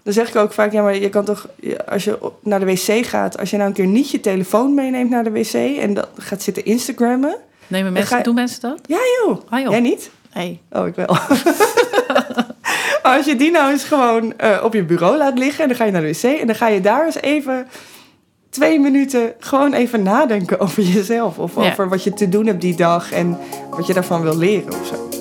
Dan zeg ik ook vaak, ja, maar je kan toch, als je naar de wc gaat, als je nou een keer niet je telefoon meeneemt naar de wc en dan gaat zitten Instagrammen. Doen mensen dat? Ja, joh. Ah, joh. Jij niet? Nee. Oh, ik wel. Maar als je die nou eens gewoon op je bureau laat liggen en dan ga je naar de wc en dan ga je daar eens even 2 minuten gewoon even nadenken over jezelf of over wat je te doen hebt die dag en wat je daarvan wil leren of zo.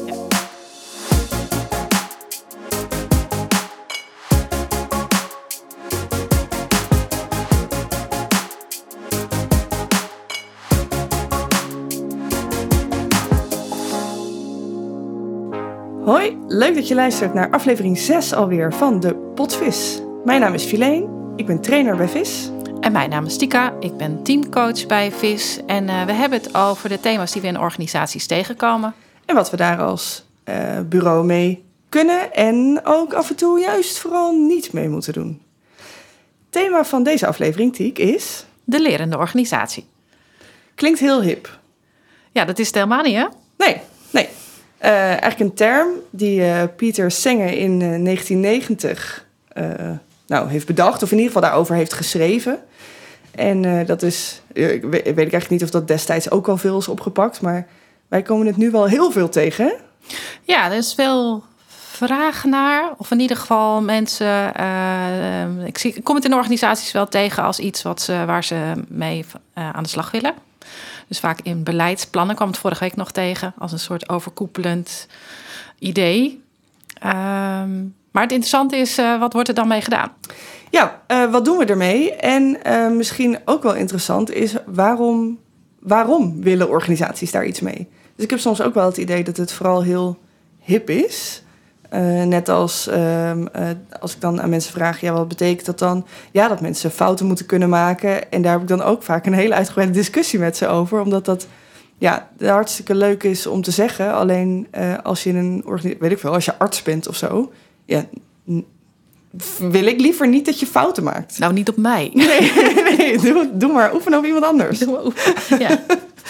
Hoi, leuk dat je luistert naar aflevering 6 alweer van de Potvis. Mijn naam is Fileen, ik ben trainer bij VIS. En mijn naam is Tika, ik ben teamcoach bij VIS. En we hebben het over de thema's die we in organisaties tegenkomen. En wat we daar als bureau mee kunnen en ook af en toe juist vooral niet mee moeten doen. Het thema van deze aflevering, Tiek, is... De lerende organisatie. Klinkt heel hip. Ja, dat is het helemaal niet, hè? Nee. Eigenlijk een term die Pieter Senge in 1990 heeft bedacht, of in ieder geval daarover heeft geschreven. En dat is, weet ik eigenlijk niet of dat destijds ook al veel is opgepakt, maar wij komen het nu wel heel veel tegen, hè? Ja, er is veel vraag naar, of in ieder geval mensen... Ik kom het in organisaties wel tegen als iets waar ze mee aan de slag willen. Dus vaak in beleidsplannen kwam het vorige week nog tegen als een soort overkoepelend idee. Maar het interessante is, wat wordt er dan mee gedaan? Ja, wat doen we ermee? En misschien ook wel interessant is, waarom willen organisaties daar iets mee? Dus ik heb soms ook wel het idee dat het vooral heel hip is. Net als ik dan aan mensen vraag, ja, wat betekent dat dan? Ja, dat mensen fouten moeten kunnen maken. En daar heb ik dan ook vaak een hele uitgebreide discussie met ze over. Omdat dat hartstikke leuk is om te zeggen. Alleen als je in een organisatie, weet ik veel, als je arts bent of zo, ja, wil ik liever niet dat je fouten maakt. Nou, niet op mij. Nee, doe maar. Oefen op iemand anders. Ja.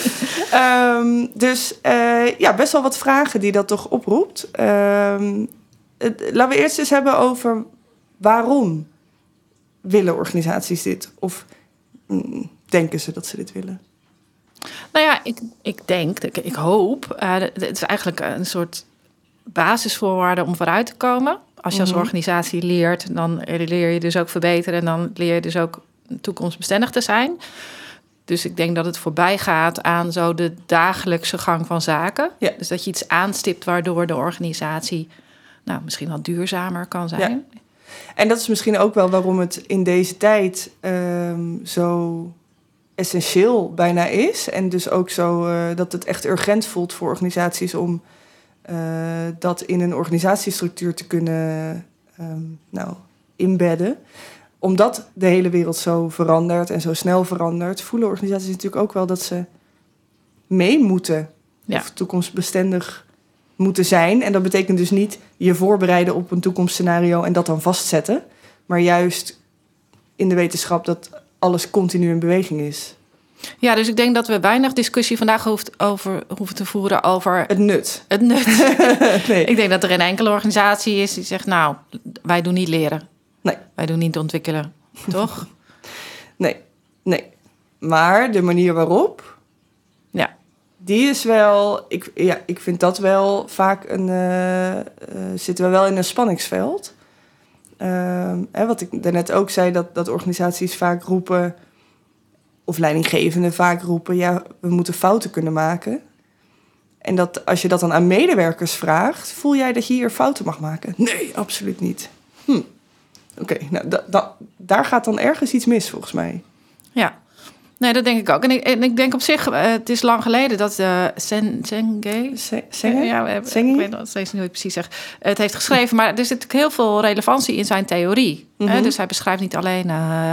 Best wel wat vragen die dat toch oproept. Laten we eerst eens hebben over waarom willen organisaties dit? Of denken ze dat ze dit willen? Nou ja, ik hoop. Het is eigenlijk een soort basisvoorwaarde om vooruit te komen. Als je als organisatie leert, dan leer je dus ook verbeteren. En dan leer je dus ook toekomstbestendig te zijn. Dus ik denk dat het voorbij gaat aan zo de dagelijkse gang van zaken. Ja. Dus dat je iets aanstipt waardoor de organisatie misschien wel duurzamer kan zijn. Ja. En dat is misschien ook wel waarom het in deze tijd zo essentieel bijna is. En dus ook zo dat het echt urgent voelt voor organisaties om dat in een organisatiestructuur te kunnen inbedden. Omdat de hele wereld zo verandert en zo snel verandert, voelen organisaties natuurlijk ook wel dat ze mee moeten. Ja. Of toekomstbestendig moeten zijn. En dat betekent dus niet je voorbereiden op een toekomstscenario en dat dan vastzetten. Maar juist in de wetenschap dat alles continu in beweging is. Ja, dus ik denk dat we weinig discussie vandaag hoeven te voeren over... Het nut. Nee. Ik denk dat er geen enkele organisatie is die zegt, wij doen niet leren. Nee. Wij doen niet ontwikkelen, toch? Nee. Maar de manier waarop... Ja. Die is wel... Ik vind dat wel vaak zitten we wel in een spanningsveld. Wat ik daarnet ook zei, dat organisaties vaak roepen... of leidinggevenden vaak roepen... ja, we moeten fouten kunnen maken. En dat als je dat dan aan medewerkers vraagt... voel jij dat je hier fouten mag maken? Nee, absoluut niet. Oké, daar gaat dan ergens iets mis, volgens mij. Ja, nee, dat denk ik ook. En ik denk op zich, het is lang geleden dat Senge? Ja, ik weet nog steeds niet hoe je het precies zegt. Het heeft geschreven, maar er zit heel veel relevantie in zijn theorie. Dus hij beschrijft niet alleen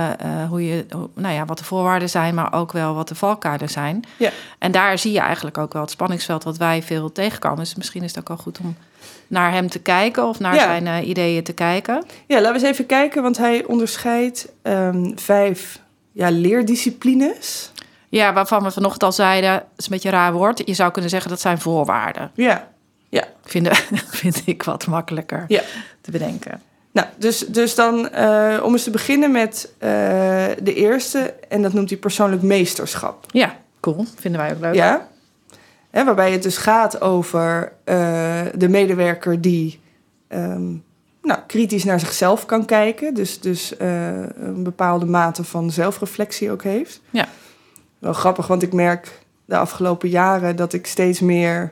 wat de voorwaarden zijn, maar ook wel wat de valkuilen zijn. Ja. En daar zie je eigenlijk ook wel het spanningsveld wat wij veel tegenkomen. Dus misschien is het ook wel goed om naar hem te kijken of naar zijn ideeën te kijken. Ja, laten we eens even kijken, want hij onderscheidt 5 leerdisciplines. Ja, waarvan we vanochtend al zeiden, het is een beetje een raar woord. Je zou kunnen zeggen dat zijn voorwaarden. Ja. Vind ik wat makkelijker te bedenken. Nou, dus dan om eens te beginnen met de eerste. En dat noemt hij persoonlijk meesterschap. Ja, cool. Vinden wij ook leuk. Ja. Waarbij het dus gaat over de medewerker die kritisch naar zichzelf kan kijken. Dus een bepaalde mate van zelfreflectie ook heeft. Ja. Wel grappig, want ik merk de afgelopen jaren dat ik steeds meer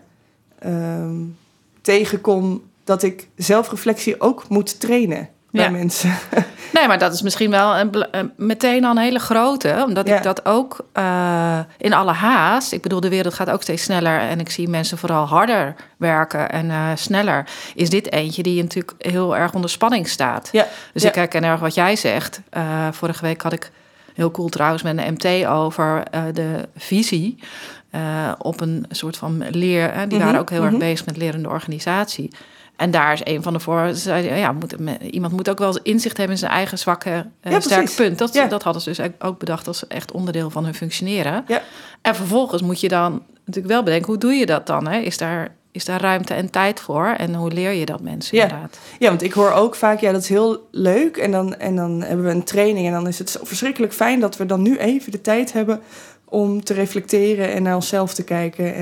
tegenkom dat ik zelfreflectie ook moet trainen bij mensen. Nee, maar dat is misschien wel meteen al een hele grote. Omdat ik dat ook in alle haast... Ik bedoel, de wereld gaat ook steeds sneller... en ik zie mensen vooral harder werken en sneller. Is dit eentje die natuurlijk heel erg onder spanning staat. Ja. Dus ik herken erg wat jij zegt. Vorige week had ik heel cool trouwens met een MT over de visie... op een soort van leer... die waren ook heel erg bezig met lerende organisatie... En daar is een van de iemand moet ook wel inzicht hebben in zijn eigen zwakke, sterke punt. Dat hadden ze dus ook bedacht als echt onderdeel van hun functioneren. Ja. En vervolgens moet je dan natuurlijk wel bedenken, hoe doe je dat dan? Hè? Is daar ruimte en tijd voor? En hoe leer je dat mensen inderdaad? Ja, want ik hoor ook vaak, dat is heel leuk. En dan hebben we een training en dan is het zo verschrikkelijk fijn dat we dan nu even de tijd hebben om te reflecteren en naar onszelf te kijken.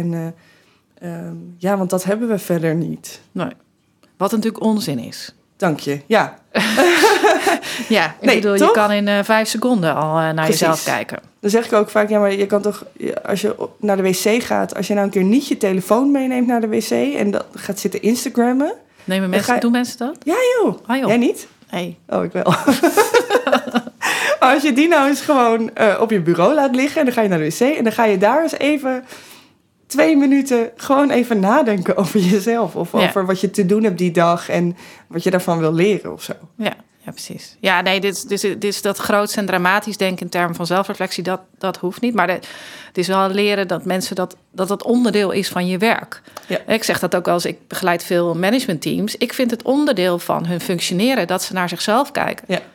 En want dat hebben we verder niet. Nee. Wat natuurlijk onzin is. Dank je, ja. Ja, ik bedoel, toch? Je kan in 5 seconden al naar jezelf kijken. Dan zeg ik ook vaak, maar je kan toch, als je naar de wc gaat... als je nou een keer niet je telefoon meeneemt naar de wc... en dan gaat zitten Instagrammen... Doen mensen dat? Ja, joh. Ah, joh. Jij niet? Nee. Oh, ik wel. Als je die nou eens gewoon op je bureau laat liggen... en dan ga je naar de wc en dan ga je daar eens even... 2 minuten gewoon even nadenken over jezelf... of over wat je te doen hebt die dag... en wat je daarvan wil leren of zo. Ja, precies. Ja, nee, dit is dat groots en dramatisch denken... in termen van zelfreflectie, dat hoeft niet. Maar het is wel leren dat mensen dat onderdeel is van je werk. Ja. Ik zeg dat ook als ik begeleid veel managementteams. Ik vind het onderdeel van hun functioneren... dat ze naar zichzelf kijken. Ja.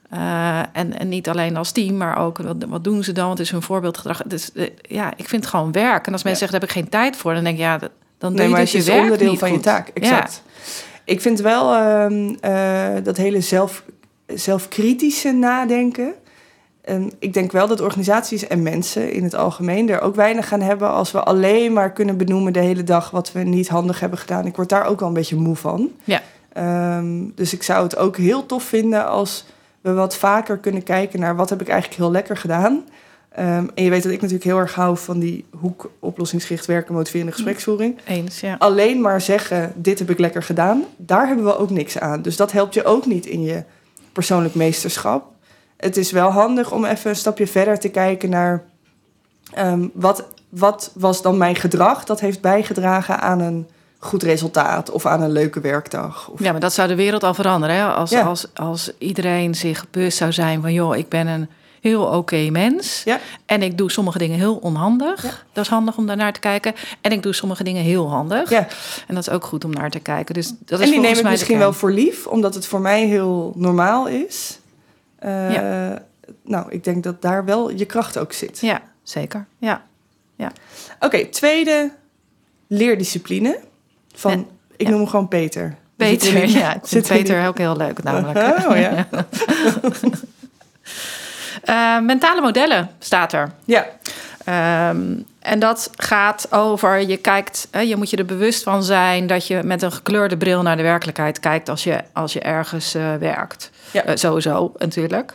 En niet alleen als team, maar ook wat doen ze dan? Wat is hun voorbeeldgedrag? Dus, ik vind het gewoon werk. En als mensen zeggen, daar heb ik geen tijd voor... dan denk ik, dan doe je dus je werk niet. Het is onderdeel van je taak, exact. Ja. Ik vind wel dat hele zelfkritische nadenken... ik denk wel dat organisaties en mensen in het algemeen... er ook weinig gaan hebben als we alleen maar kunnen benoemen... de hele dag wat we niet handig hebben gedaan. Ik word daar ook wel een beetje moe van. Ja. Dus ik zou het ook heel tof vinden als... we wat vaker kunnen kijken naar wat heb ik eigenlijk heel lekker gedaan. En je weet dat ik natuurlijk heel erg hou van die hoek oplossingsgericht werken, motiverende gespreksvoering. Eens, ja. Alleen maar zeggen, dit heb ik lekker gedaan, daar hebben we ook niks aan. Dus dat helpt je ook niet in je persoonlijk meesterschap. Het is wel handig om even een stapje verder te kijken naar... wat was dan mijn gedrag dat heeft bijgedragen aan een... goed resultaat of aan een leuke werkdag. Ja, maar dat zou de wereld al veranderen. Hè? Als iedereen zich bewust zou zijn van... joh, ik ben een heel oké mens. Ja. En ik doe sommige dingen heel onhandig. Ja. Dat is handig om daarnaar te kijken. En ik doe sommige dingen heel handig. Ja. En dat is ook goed om naar te kijken. Dus dat is en die neem ik misschien wel voor lief... omdat het voor mij heel normaal is. Nou, ik denk dat daar wel je kracht ook zit. Ja, zeker. Ja. Oké, tweede leerdiscipline... ik noem hem gewoon Peter. Peter, ik vind Peter ook heel leuk namelijk. Oh ja. Mentale modellen staat er. Ja. En dat gaat over, je moet je er bewust van zijn... dat je met een gekleurde bril naar de werkelijkheid kijkt... als je ergens werkt. Ja. Sowieso, natuurlijk.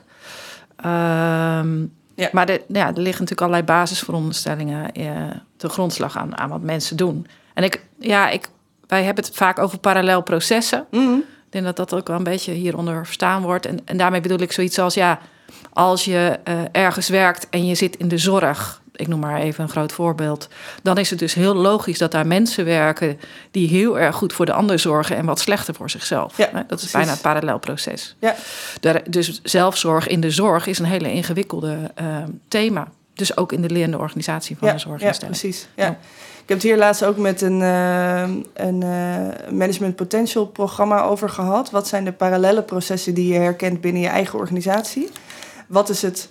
Maar er liggen natuurlijk allerlei basisveronderstellingen... te grondslag aan wat mensen doen. En wij hebben het vaak over parallel processen. Mm-hmm. Ik denk dat dat ook wel een beetje hieronder verstaan wordt. En daarmee bedoel ik zoiets als... als je ergens werkt en je zit in de zorg... ik noem maar even een groot voorbeeld... dan is het dus heel logisch dat daar mensen werken... die heel erg goed voor de ander zorgen... en wat slechter voor zichzelf. Ja, dat is bijna het parallel proces. Ja. Dus zelfzorg in de zorg is een hele ingewikkelde thema. Dus ook in de lerende organisatie van de zorginstelling. Ja, precies. Ja. Ik heb het hier laatst ook met een Management Potential programma over gehad. Wat zijn de parallelle processen die je herkent binnen je eigen organisatie? Wat is het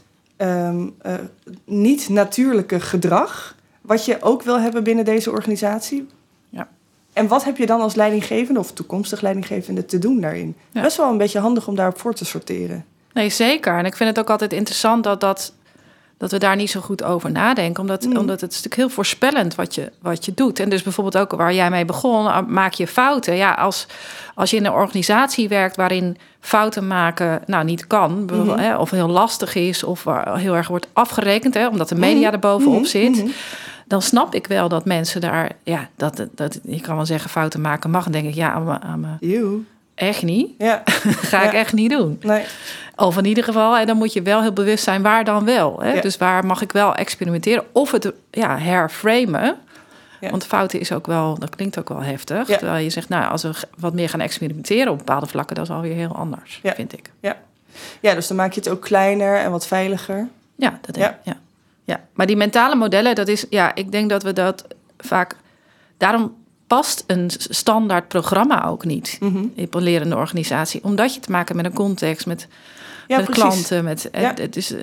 niet natuurlijke gedrag wat je ook wil hebben binnen deze organisatie? Ja. En wat heb je dan als leidinggevende of toekomstig leidinggevende te doen daarin? Ja. Best wel een beetje handig om daarop voor te sorteren. Nee, zeker. En ik vind het ook altijd interessant dat we daar niet zo goed over nadenken. Omdat het is natuurlijk heel voorspellend wat je doet. En dus bijvoorbeeld ook waar jij mee begon, maak je fouten. Ja, als je in een organisatie werkt waarin fouten maken niet kan, of heel lastig is, of waar heel erg wordt afgerekend, omdat de media er bovenop zit. Dan snap ik wel dat mensen daar, dat je kan wel zeggen fouten maken mag. Dan denk ik, echt niet. Ja. Ga ik echt niet doen. Nee. Of in ieder geval, en dan moet je wel heel bewust zijn waar dan wel. Hè? Ja. Dus waar mag ik wel experimenteren of het herframen. Ja. Want fouten is ook wel, dat klinkt ook wel heftig. Ja. Terwijl je zegt, als we wat meer gaan experimenteren op bepaalde vlakken, dat is alweer heel anders, vind ik. Ja, dus dan maak je het ook kleiner en wat veiliger. Ja, dat denk ik. Ja. Maar die mentale modellen, dat is, ik denk dat we dat vaak, daarom past een standaard programma ook niet in een lerende organisatie. Omdat je te maken hebt met een context, met klanten. Het is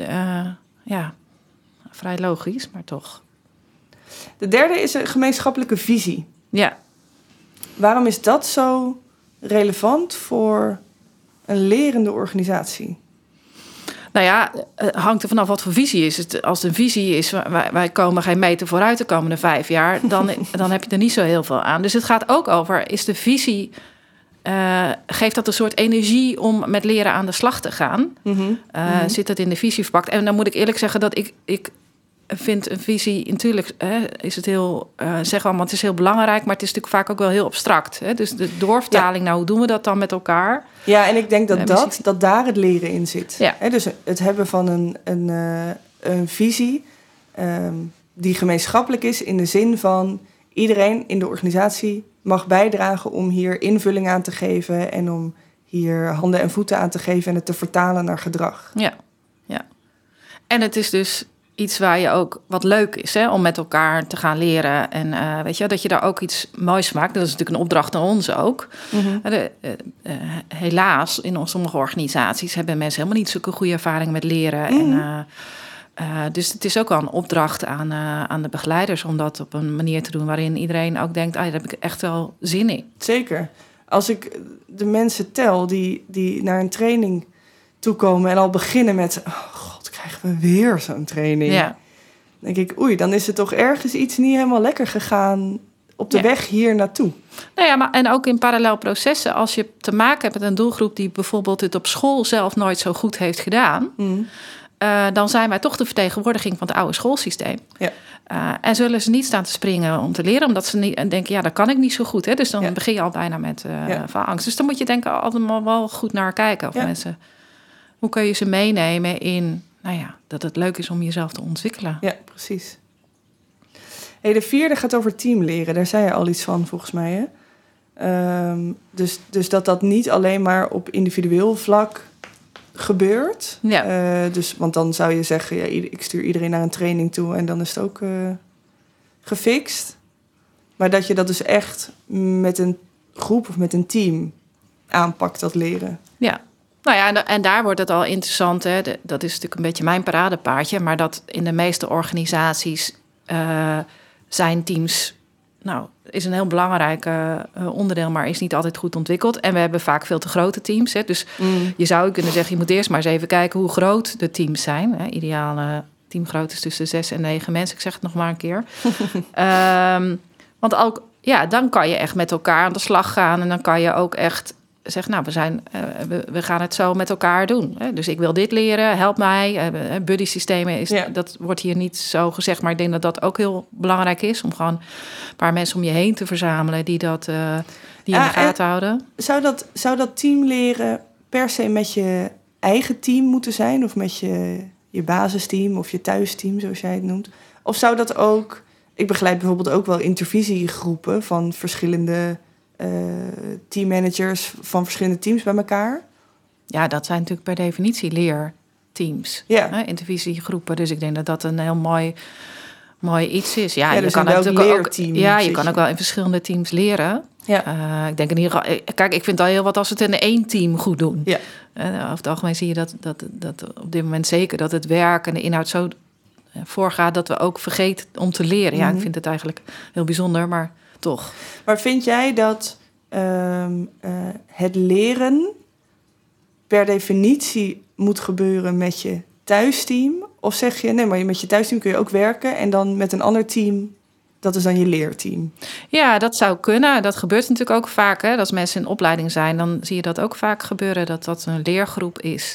vrij logisch, maar toch. De derde is een gemeenschappelijke visie. Ja. Waarom is dat zo relevant voor een lerende organisatie? Nou ja, het hangt er vanaf wat voor visie is. Als het een visie is, wij komen geen meter vooruit de komende 5 jaar... dan heb je er niet zo heel veel aan. Dus het gaat ook over, is de visie... geeft dat een soort energie om met leren aan de slag te gaan? Zit dat in de visie verpakt? En dan moet ik eerlijk zeggen dat ik vind een visie... Natuurlijk is het heel... zeggen we allemaal, het is heel belangrijk... maar het is natuurlijk vaak ook wel heel abstract. Hè? Dus de doorvertaling, hoe doen we dat dan met elkaar? Ja, en ik denk dat daar het leren in zit. Ja. Dus het hebben van een visie... die gemeenschappelijk is in de zin van... iedereen in de organisatie mag bijdragen om hier invulling aan te geven... en om hier handen en voeten aan te geven... en het te vertalen naar gedrag. Ja. En het is dus... iets waar je ook wat leuk is, om met elkaar te gaan leren. En weet je, dat je daar ook iets moois maakt. Dat is natuurlijk een opdracht aan ons ook. Helaas, in sommige organisaties hebben mensen helemaal niet zulke goede ervaring met leren. Dus het is ook wel een opdracht aan de begeleiders om dat op een manier te doen waarin iedereen ook denkt, daar heb ik echt wel zin in. Zeker. Als ik de mensen tel die naar een training toekomen en al beginnen met... krijgen we weer zo'n training. Ja. Dan denk ik, dan is het toch ergens iets niet helemaal lekker gegaan op de weg hier naartoe. Nou ja, maar en ook in parallel processen, als je te maken hebt met een doelgroep die bijvoorbeeld het op school zelf nooit zo goed heeft gedaan, dan zijn wij toch de vertegenwoordiging van het oude schoolsysteem. Ja. En zullen ze niet staan te springen om te leren, omdat ze niet denken, dat kan ik niet zo goed. Hè? Dus dan begin je al bijna met angst. Dus dan moet je denk ik altijd wel goed naar kijken. Of mensen, hoe kun je ze meenemen in... dat het leuk is om jezelf te ontwikkelen. Ja, precies. De 4e gaat over teamleren. Daar zei je al iets van, volgens mij. Hè? Dus dat niet alleen maar op individueel vlak gebeurt. Ja. Want dan zou je zeggen, ik stuur iedereen naar een training toe... en dan is het ook gefixt. Maar dat je dat dus echt met een groep of met een team aanpakt, dat leren. Ja. Nou ja, en daar wordt het al interessant. Hè? Dat is natuurlijk een beetje mijn paradepaardje. Maar dat in de meeste organisaties zijn teams... is een heel belangrijk onderdeel, maar is niet altijd goed ontwikkeld. En we hebben vaak veel te grote teams. Hè? Dus je zou kunnen zeggen, je moet eerst maar eens even kijken... hoe groot de teams zijn. Hè? Ideale teamgrootte is tussen 6 en 9 mensen. Ik zeg het nog maar een keer. Want ook, dan kan je echt met elkaar aan de slag gaan. En dan kan je ook echt... Zeg, we gaan het zo met elkaar doen. Hè? Dus ik wil dit leren, help mij. Buddy-systemen, dat wordt hier niet zo gezegd... maar ik denk dat dat ook heel belangrijk is... om gewoon een paar mensen om je heen te verzamelen... die in de gaten houden. Zou dat team leren per se met je eigen team moeten zijn... of met je basisteam of je thuisteam, zoals jij het noemt? Of zou dat ook... Ik begeleid bijvoorbeeld ook wel intervisiegroepen... van verschillende... teammanagers van verschillende teams bij elkaar. Ja, dat zijn natuurlijk per definitie leerteams. Ja. Intervisiegroepen. Dus ik denk dat dat een heel mooi iets is. Ja, je kan natuurlijk ook je kan ook wel in verschillende teams leren. Ja. Ik denk in ieder geval... Kijk, ik vind het al heel wat als we het in één team goed doen. Ja. Over het algemeen zie je dat op dit moment zeker... dat het werk en de inhoud zo voorgaat... dat we ook vergeten om te leren. Ja, ik vind het eigenlijk heel bijzonder, maar... toch. Maar vind jij dat het leren per definitie moet gebeuren met je thuisteam? Of zeg je, nee, maar met je thuisteam kun je ook werken en dan met een ander team, dat is dan je leerteam? Ja, dat zou kunnen. Dat gebeurt natuurlijk ook vaak. Hè? Als mensen in opleiding zijn, dan zie je dat ook vaak gebeuren, dat een leergroep is.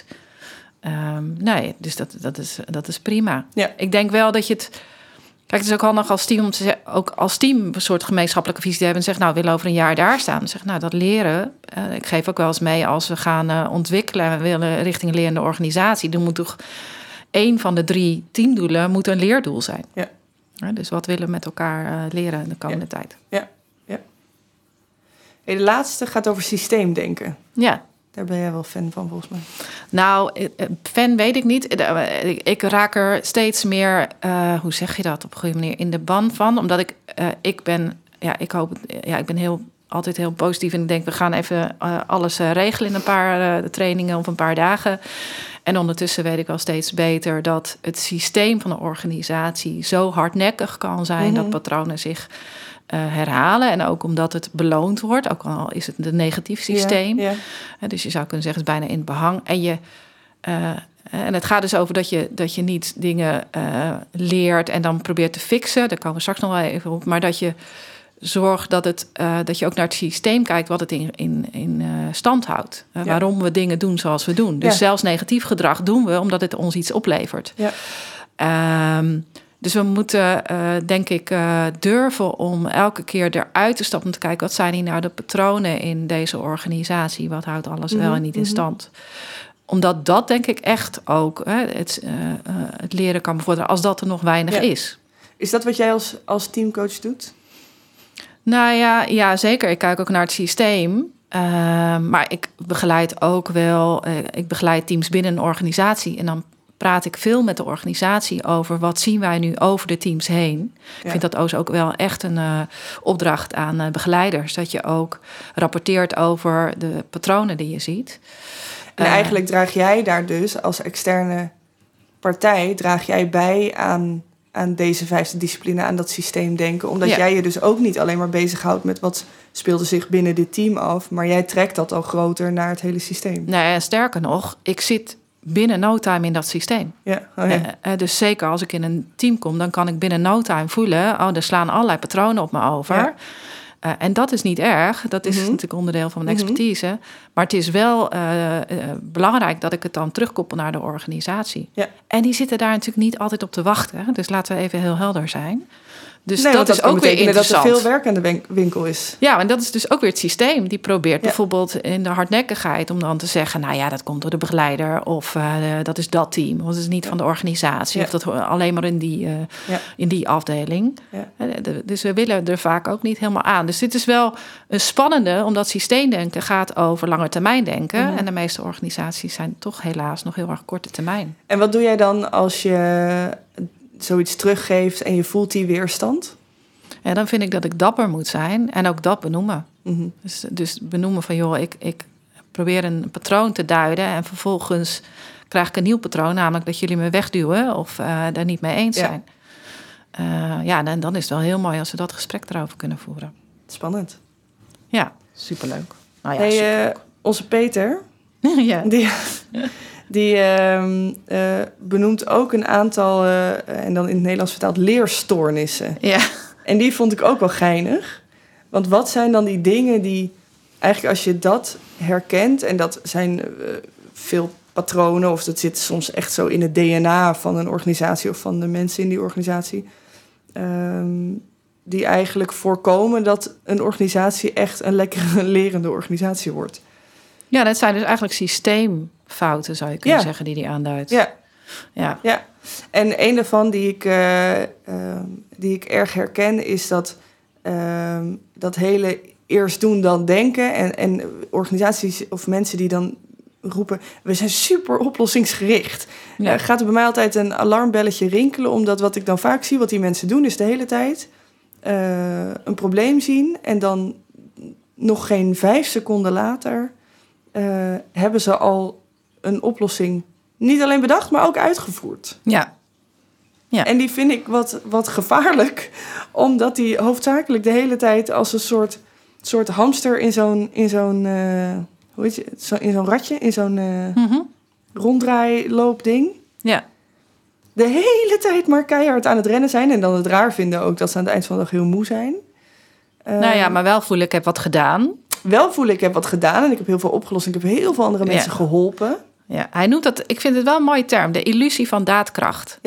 Nee, dus dat is prima. Ja. Ik denk wel dat je het... Kijk, het is ook handig als team om te zeggen, ook als team een soort gemeenschappelijke visie te hebben en zeggen, nou, we willen over een jaar daar staan. Dan zeg, nou, dat leren. Ik geef ook wel eens mee als we gaan ontwikkelen en we willen richting een lerende organisatie. Dan moet toch 1 van de 3 teamdoelen moet een leerdoel zijn. Ja. Dus wat willen we met elkaar leren in de komende tijd? Ja. Hey, de laatste gaat over systeemdenken. Ja. Daar ben jij wel fan van, volgens mij. Nou, fan weet ik niet. Ik raak er steeds meer, hoe zeg je dat op een goede manier, in de ban van. Omdat ik ben altijd heel positief. En ik denk, we gaan even alles regelen in een paar trainingen of een paar dagen. En ondertussen weet ik wel steeds beter dat het systeem van een organisatie zo hardnekkig kan zijn dat patronen zich herhalen. En ook omdat het beloond wordt, ook al is het een negatief systeem. Ja. Dus je zou kunnen zeggen, het is bijna in het behang. En het gaat dus over dat je niet dingen leert en dan probeert te fixen. Daar komen we straks nog wel even op. Maar dat je zorgt dat je ook naar het systeem kijkt wat het in stand houdt. Waarom we dingen doen zoals we doen. Dus zelfs negatief gedrag doen we omdat het ons iets oplevert. Ja. Dus we moeten, denk ik, durven om elke keer eruit te stappen... om te kijken, wat zijn hier nou de patronen in deze organisatie? Wat houdt alles wel en niet in stand? Omdat dat, denk ik, echt ook het leren kan bevorderen... als dat er nog weinig is. Is dat wat jij als teamcoach doet? Nou ja, zeker. Ik kijk ook naar het systeem. Maar ik begeleid ook wel... ik begeleid teams binnen een organisatie... en dan praat ik veel met de organisatie over wat zien wij nu over de teams heen. Ik vind dat ook wel echt een opdracht aan begeleiders. Dat je ook rapporteert over de patronen die je ziet. En eigenlijk draag jij daar dus als externe partij... draag jij bij aan deze 5e discipline, aan dat systeemdenken. Omdat jij je dus ook niet alleen maar bezighoudt met wat speelde zich binnen dit team af. Maar jij trekt dat al groter naar het hele systeem. Nee, sterker nog, ik zit binnen no time in dat systeem. Ja. Dus zeker als ik in een team kom, dan kan ik binnen no time voelen... er slaan allerlei patronen op me over. Ja. En dat is niet erg. Dat is natuurlijk onderdeel van mijn expertise. Maar het is wel belangrijk dat ik het dan terugkoppel naar de organisatie. Ja. En die zitten daar natuurlijk niet altijd op te wachten. Dus laten we even heel helder zijn. Dus dat is ook weer interessant. Dat er veel werk aan de winkel is. Ja, en dat is dus ook weer het systeem. Die probeert bijvoorbeeld in de hardnekkigheid... om dan te zeggen, nou ja, dat komt door de begeleider... of dat is dat team, of dat is niet van de organisatie... of dat alleen maar in die afdeling. Ja. Dus we willen er vaak ook niet helemaal aan. Dus dit is wel een spannende... omdat systeemdenken gaat over langetermijndenken... en de meeste organisaties zijn toch helaas nog heel erg korte termijn. En wat doe jij dan als je zoiets teruggeeft en je voelt die weerstand? Ja, dan vind ik dat ik dapper moet zijn en ook dat benoemen. Dus benoemen van, joh, ik probeer een patroon te duiden... en vervolgens krijg ik een nieuw patroon... namelijk dat jullie me wegduwen of daar niet mee eens zijn. En dan is het wel heel mooi als we dat gesprek erover kunnen voeren. Spannend. Ja, superleuk. Nou ja, hey, superleuk. Onze Peter... ja. Die benoemt ook een aantal, en dan in het Nederlands vertaald, leerstoornissen. Ja. En die vond ik ook wel geinig. Want wat zijn dan die dingen die, eigenlijk als je dat herkent... en dat zijn veel patronen, of dat zit soms echt zo in het DNA van een organisatie... of van de mensen in die organisatie... die eigenlijk voorkomen dat een organisatie echt een lekkere lerende organisatie wordt. Ja, dat zijn dus eigenlijk systeemfouten, zou je kunnen zeggen, die aanduidt. Ja. En een daarvan die ik erg herken is dat hele eerst doen dan denken. En organisaties of mensen die dan roepen, we zijn super oplossingsgericht. Gaat er bij mij altijd een alarmbelletje rinkelen, omdat wat ik dan vaak zie, wat die mensen doen, is de hele tijd een probleem zien en dan nog geen 5 seconden later hebben ze al een oplossing niet alleen bedacht, maar ook uitgevoerd. Ja. En die vind ik wat gevaarlijk. Omdat die hoofdzakelijk de hele tijd als een soort hamster in zo'n hoe heet je, in zo'n ratje, in zo'n ronddraailoopding. Ja. De hele tijd maar keihard aan het rennen zijn. En dan het raar vinden ook dat ze aan het eind van de dag heel moe zijn. Nou ja, maar wel voelen, ik heb wat gedaan. Wel voelen, ik heb wat gedaan en ik heb heel veel opgelost. En ik heb heel veel andere mensen geholpen. Ja, hij noemt dat, ik vind het wel een mooie term, de illusie van daadkracht.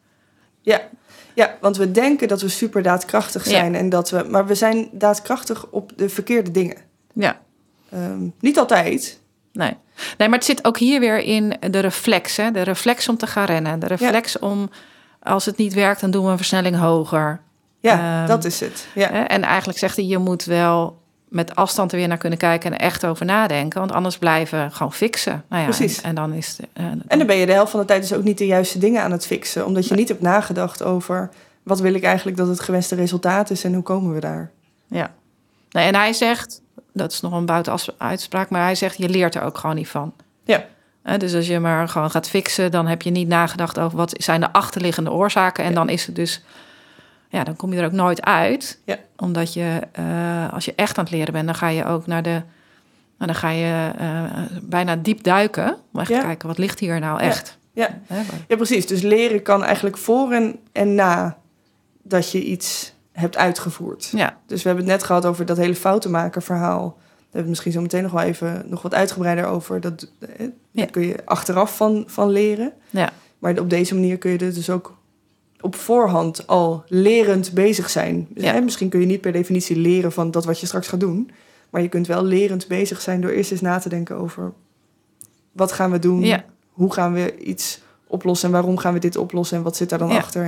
Ja, want we denken dat we super daadkrachtig zijn. Ja. Maar we zijn daadkrachtig op de verkeerde dingen. Ja. Niet altijd. Nee, maar het zit ook hier weer in de reflex. Hè? De reflex om te gaan rennen. De reflex om, als het niet werkt, dan doen we een versnelling hoger. Ja, dat is het. Ja. En eigenlijk zegt hij, je moet wel met afstand er weer naar kunnen kijken en er echt over nadenken. Want anders blijven we gewoon fixen. Nou ja, precies. En dan is en dan ben je de helft van de tijd dus ook niet de juiste dingen aan het fixen. Omdat je niet hebt nagedacht over wat wil ik eigenlijk dat het gewenste resultaat is en hoe komen we daar. Ja. Nee, en hij zegt, dat is nog een buitenuitspraak, maar hij zegt, je leert er ook gewoon niet van. Ja. Dus als je maar gewoon gaat fixen, dan heb je niet nagedacht over wat zijn de achterliggende oorzaken. En dan is het dus, ja, dan kom je er ook nooit uit. Ja. Omdat je, als je echt aan het leren bent, dan ga je ook dan ga je bijna diep duiken. Om echt te kijken, wat ligt hier nou echt? Ja, precies. Dus leren kan eigenlijk voor en na dat je iets hebt uitgevoerd. Ja. Dus we hebben het net gehad over dat hele foutenmaker verhaal. Daar hebben we het misschien zo meteen nog wel even nog wat uitgebreider over. Daar kun je achteraf van leren. Ja. Maar op deze manier kun je er dus ook op voorhand al lerend bezig zijn. Ja. Misschien kun je niet per definitie leren van dat wat je straks gaat doen. Maar je kunt wel lerend bezig zijn door eerst eens na te denken over wat gaan we doen? Ja. Hoe gaan we iets oplossen en waarom gaan we dit oplossen en wat zit daar dan achter?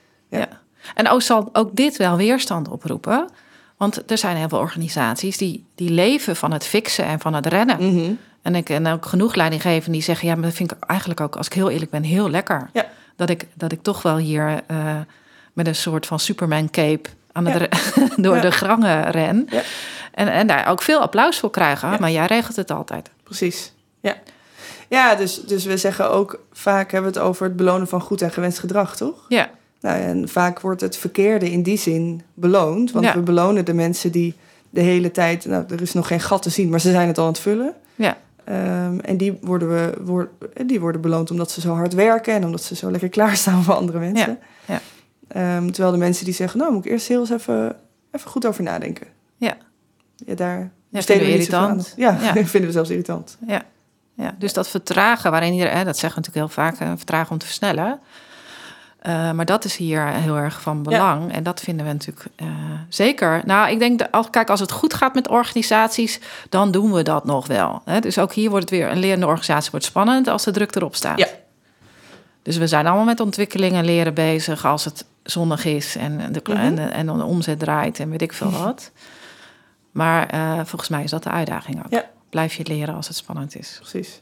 En ook zal ook dit wel weerstand oproepen. Want er zijn heel veel organisaties die leven van het fixen en van het rennen. Mm-hmm. En ik ken ook genoeg leidinggevenden die zeggen, ja, maar dat vind ik eigenlijk ook, als ik heel eerlijk ben, heel lekker. Ja. Dat ik toch wel hier met een soort van Superman cape aan het door de grangen ren. Ja. En daar ook veel applaus voor krijgen. Maar jij regelt het altijd. Precies, ja. Ja, dus we zeggen ook, vaak hebben we het over het belonen van goed en gewenst gedrag, toch? Ja. Nou, en vaak wordt het verkeerde in die zin beloond. Want we belonen de mensen die de hele tijd, nou, er is nog geen gat te zien, maar ze zijn het al aan het vullen. Ja. En die worden beloond omdat ze zo hard werken en omdat ze zo lekker klaarstaan voor andere mensen. Ja. Ja. Terwijl de mensen die zeggen, nou, moet ik eerst heel eens even goed over nadenken. Ja. Ja, daar vinden we irritant. Vinden we zelfs irritant. Ja. Ja, dus dat vertragen waarin iedereen, dat zeggen we natuurlijk heel vaak, vertragen om te versnellen. Maar dat is hier heel erg van belang. Ja. En dat vinden we natuurlijk zeker. Nou, ik denk, als het goed gaat met organisaties, dan doen we dat nog wel. Hè? Dus ook hier wordt het weer, een lerende organisatie wordt spannend als de druk erop staat. Ja. Dus we zijn allemaal met ontwikkeling en leren bezig als het zonnig is en de omzet draait en weet ik veel wat. Maar volgens mij is dat de uitdaging ook. Ja. Blijf je leren als het spannend is. Precies.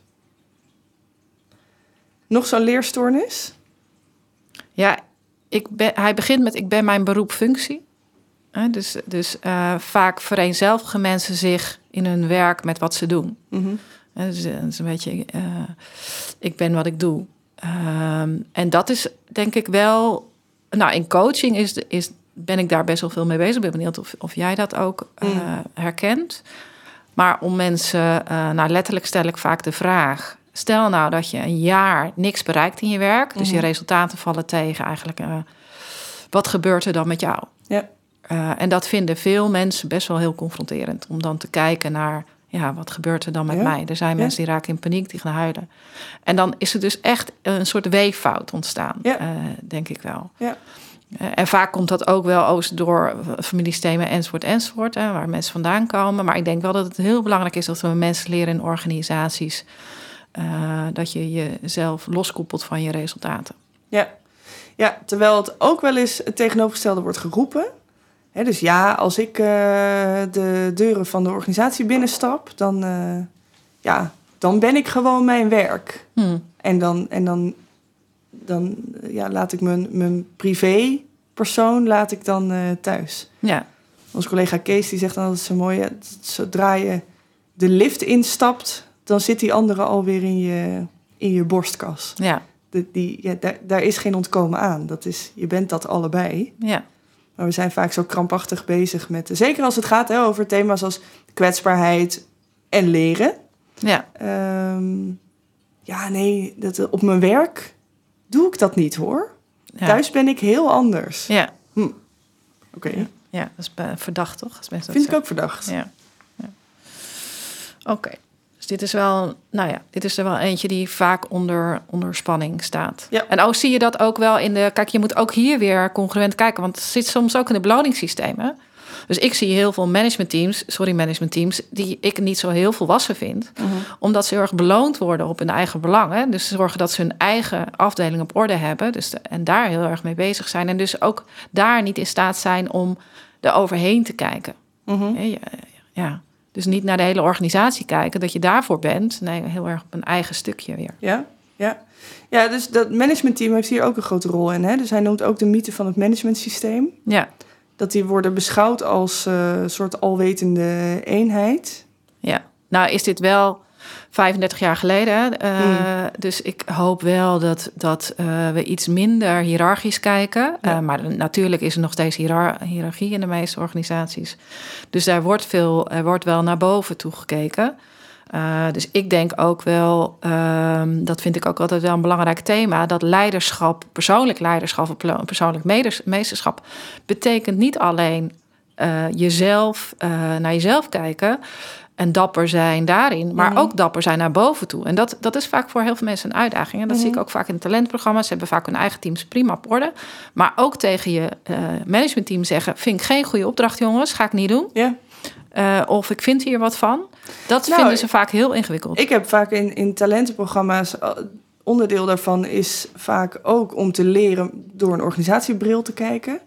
Nog zo'n leerstoornis? Ja, hij begint met ik ben mijn beroep functie. Dus vaak vereenzelvigen mensen zich in hun werk met wat ze doen. Mm-hmm. Dus dat is een beetje, ik ben wat ik doe. En dat is denk ik wel, nou in coaching ben ik daar best wel veel mee bezig. Ik ben benieuwd of jij dat ook herkent. Maar om mensen, letterlijk stel ik vaak de vraag, stel nou dat je een jaar niks bereikt in je werk, dus je resultaten vallen tegen eigenlijk. Wat gebeurt er dan met jou? Ja. En dat vinden veel mensen best wel heel confronterend. Om dan te kijken naar, wat gebeurt er dan met mij? Er zijn mensen die raken in paniek, die gaan huilen. En dan is er dus echt een soort weeffout ontstaan, denk ik wel. Ja. En vaak komt dat ook wel door familiesystemen enzovoort, waar mensen vandaan komen. Maar ik denk wel dat het heel belangrijk is dat we mensen leren in organisaties, dat je jezelf loskoppelt van je resultaten. Ja, terwijl het ook wel eens het tegenovergestelde wordt geroepen. Dus als ik de deuren van de organisatie binnenstap, dan ben ik gewoon mijn werk. En dan laat ik mijn privépersoon thuis. Ja. Onze collega Kees die zegt dan altijd zo mooi, zodra je de lift instapt, dan zit die andere alweer in je borstkas. Ja. Daar is geen ontkomen aan. Je bent dat allebei. Ja. Maar we zijn vaak zo krampachtig bezig met... Zeker als het gaat over thema's als kwetsbaarheid en leren. Ja. Op mijn werk doe ik dat niet, hoor. Ja. Thuis ben ik heel anders. Ja. Oké. Ja, dat is verdacht, toch? Vind ik ook verdacht. Ja. Oké. Dus dit is er wel eentje die vaak onder spanning staat. Ja. En zie je dat ook wel in de... Kijk, je moet ook hier weer congruent kijken, want het zit soms ook in de beloningssystemen. Dus ik zie heel veel managementteams... die ik niet zo heel volwassen vind. Mm-hmm. Omdat ze heel erg beloond worden op hun eigen belangen. Dus ze zorgen dat ze hun eigen afdeling op orde hebben. En daar heel erg mee bezig zijn. En dus ook daar niet in staat zijn om er overheen te kijken. Mm-hmm. Ja. Dus niet naar de hele organisatie kijken, dat je daarvoor bent. Nee, heel erg op een eigen stukje weer. Ja, dus dat managementteam heeft hier ook een grote rol in. Hè? Dus hij noemt ook de mythe van het managementsysteem. Ja. Dat die worden beschouwd als soort alwetende eenheid. Ja, nou is dit wel 35 jaar geleden. Dus ik hoop wel dat we iets minder hiërarchisch kijken. Ja. Maar natuurlijk is er nog steeds hiërarchie in de meeste organisaties. Dus daar wordt wel naar boven toe gekeken. Dus ik denk ook wel, dat vind ik ook altijd wel een belangrijk thema... dat leiderschap, persoonlijk leiderschap of persoonlijk meesterschap... betekent niet alleen naar jezelf kijken... en dapper zijn daarin, maar ook dapper zijn naar boven toe. En dat is vaak voor heel veel mensen een uitdaging. En dat zie ik ook vaak in talentprogramma's. Ze hebben vaak hun eigen teams prima op orde. Maar ook tegen je managementteam zeggen... vind ik geen goede opdracht, jongens, ga ik niet doen. Ja. Of ik vind hier wat van. Dat vinden ze vaak heel ingewikkeld. Ik heb vaak in talentenprogramma's... onderdeel daarvan is vaak ook om te leren... door een organisatiebril te kijken.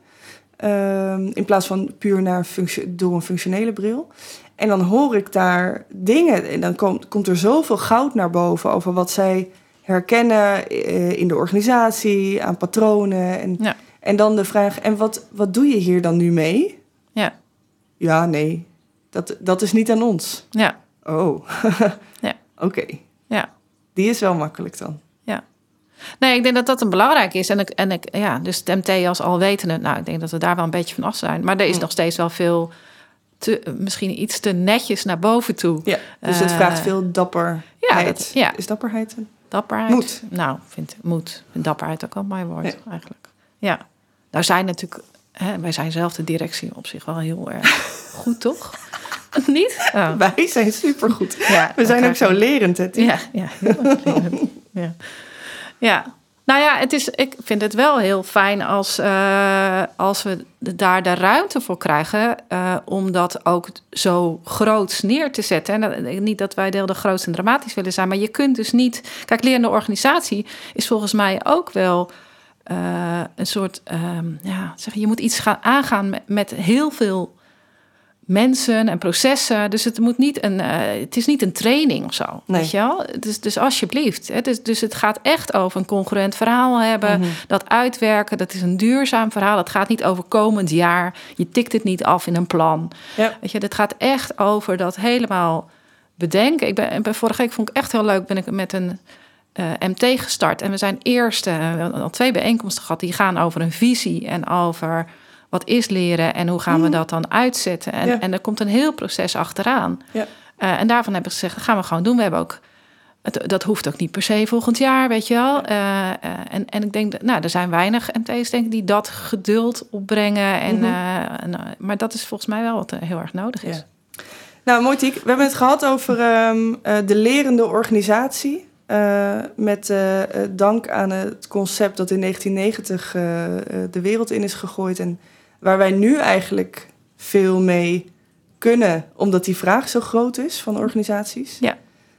In plaats van puur door een functionele bril. En dan hoor ik daar dingen... en dan komt er zoveel goud naar boven... over wat zij herkennen in de organisatie... aan patronen. En dan de vraag... en wat doe je hier dan nu mee? Ja, nee... Dat is niet aan ons. Ja. Oh. Ja. Oké. Ja. Die is wel makkelijk dan. Ja. Nee, ik denk dat een belangrijk is. Dus het MT als alwetende... Nou, ik denk dat we daar wel een beetje van af zijn. Maar er is nog steeds wel veel... misschien iets te netjes naar boven toe. Ja, dus het vraagt veel dapperheid. Is dapperheid een... Dapperheid? Moed. Nou, vind dapperheid ook al een mooi woord eigenlijk. Ja. Nou zijn natuurlijk... wij zijn zelf de directie op zich wel heel erg goed, toch? Niet? Oh. Wij zijn supergoed. Ja, we zijn ook zo lerend, hè? Ja, heel erg lerend. Ja. Nou ja, ik vind het wel heel fijn als we daar de ruimte voor krijgen... om dat ook zo groots neer te zetten. En niet dat wij de grootst en dramatisch willen zijn... maar je kunt dus niet... Kijk, lerende organisatie is volgens mij ook wel... een soort... je moet iets aangaan met heel veel... mensen en processen. Dus het is niet een training of zo. Nee. Weet je wel? Dus alsjeblieft. Hè? Dus het gaat echt over een congruent verhaal hebben. Mm-hmm. Dat uitwerken, dat is een duurzaam verhaal. Het gaat niet over komend jaar. Je tikt het niet af in een plan. Ja. Weet je, het gaat echt over dat helemaal bedenken. Vorige week vond ik echt heel leuk. Ben ik met een MT gestart. En we zijn al 2 bijeenkomsten gehad. Die gaan over een visie en over... wat is leren en hoe gaan we dat dan uitzetten? En er komt een heel proces achteraan. Ja. En daarvan hebben ze gezegd, dat gaan we gewoon doen. We hebben ook, dat hoeft ook niet per se volgend jaar, weet je wel. En ik denk, er zijn weinig MT's, denk ik, die dat geduld opbrengen. Maar dat is volgens mij wel wat heel erg nodig is. Ja. Nou, mooi, Tiek. We hebben het gehad over de lerende organisatie. Met dank aan het concept dat in 1990 de wereld in is gegooid... en waar wij nu eigenlijk veel mee kunnen... omdat die vraag zo groot is van organisaties. Ja.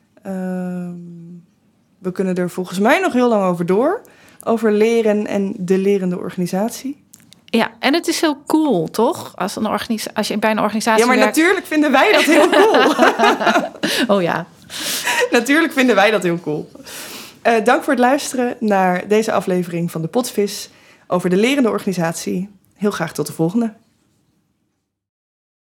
We kunnen er volgens mij nog heel lang over door. Over leren en de lerende organisatie. Ja, en het is heel cool, toch? Als je bij een organisatie Ja, maar werkt... natuurlijk vinden wij dat heel cool. Oh ja. Natuurlijk vinden wij dat heel cool. Dank voor het luisteren naar deze aflevering van de Potvis... over de lerende organisatie. Heel graag tot de volgende.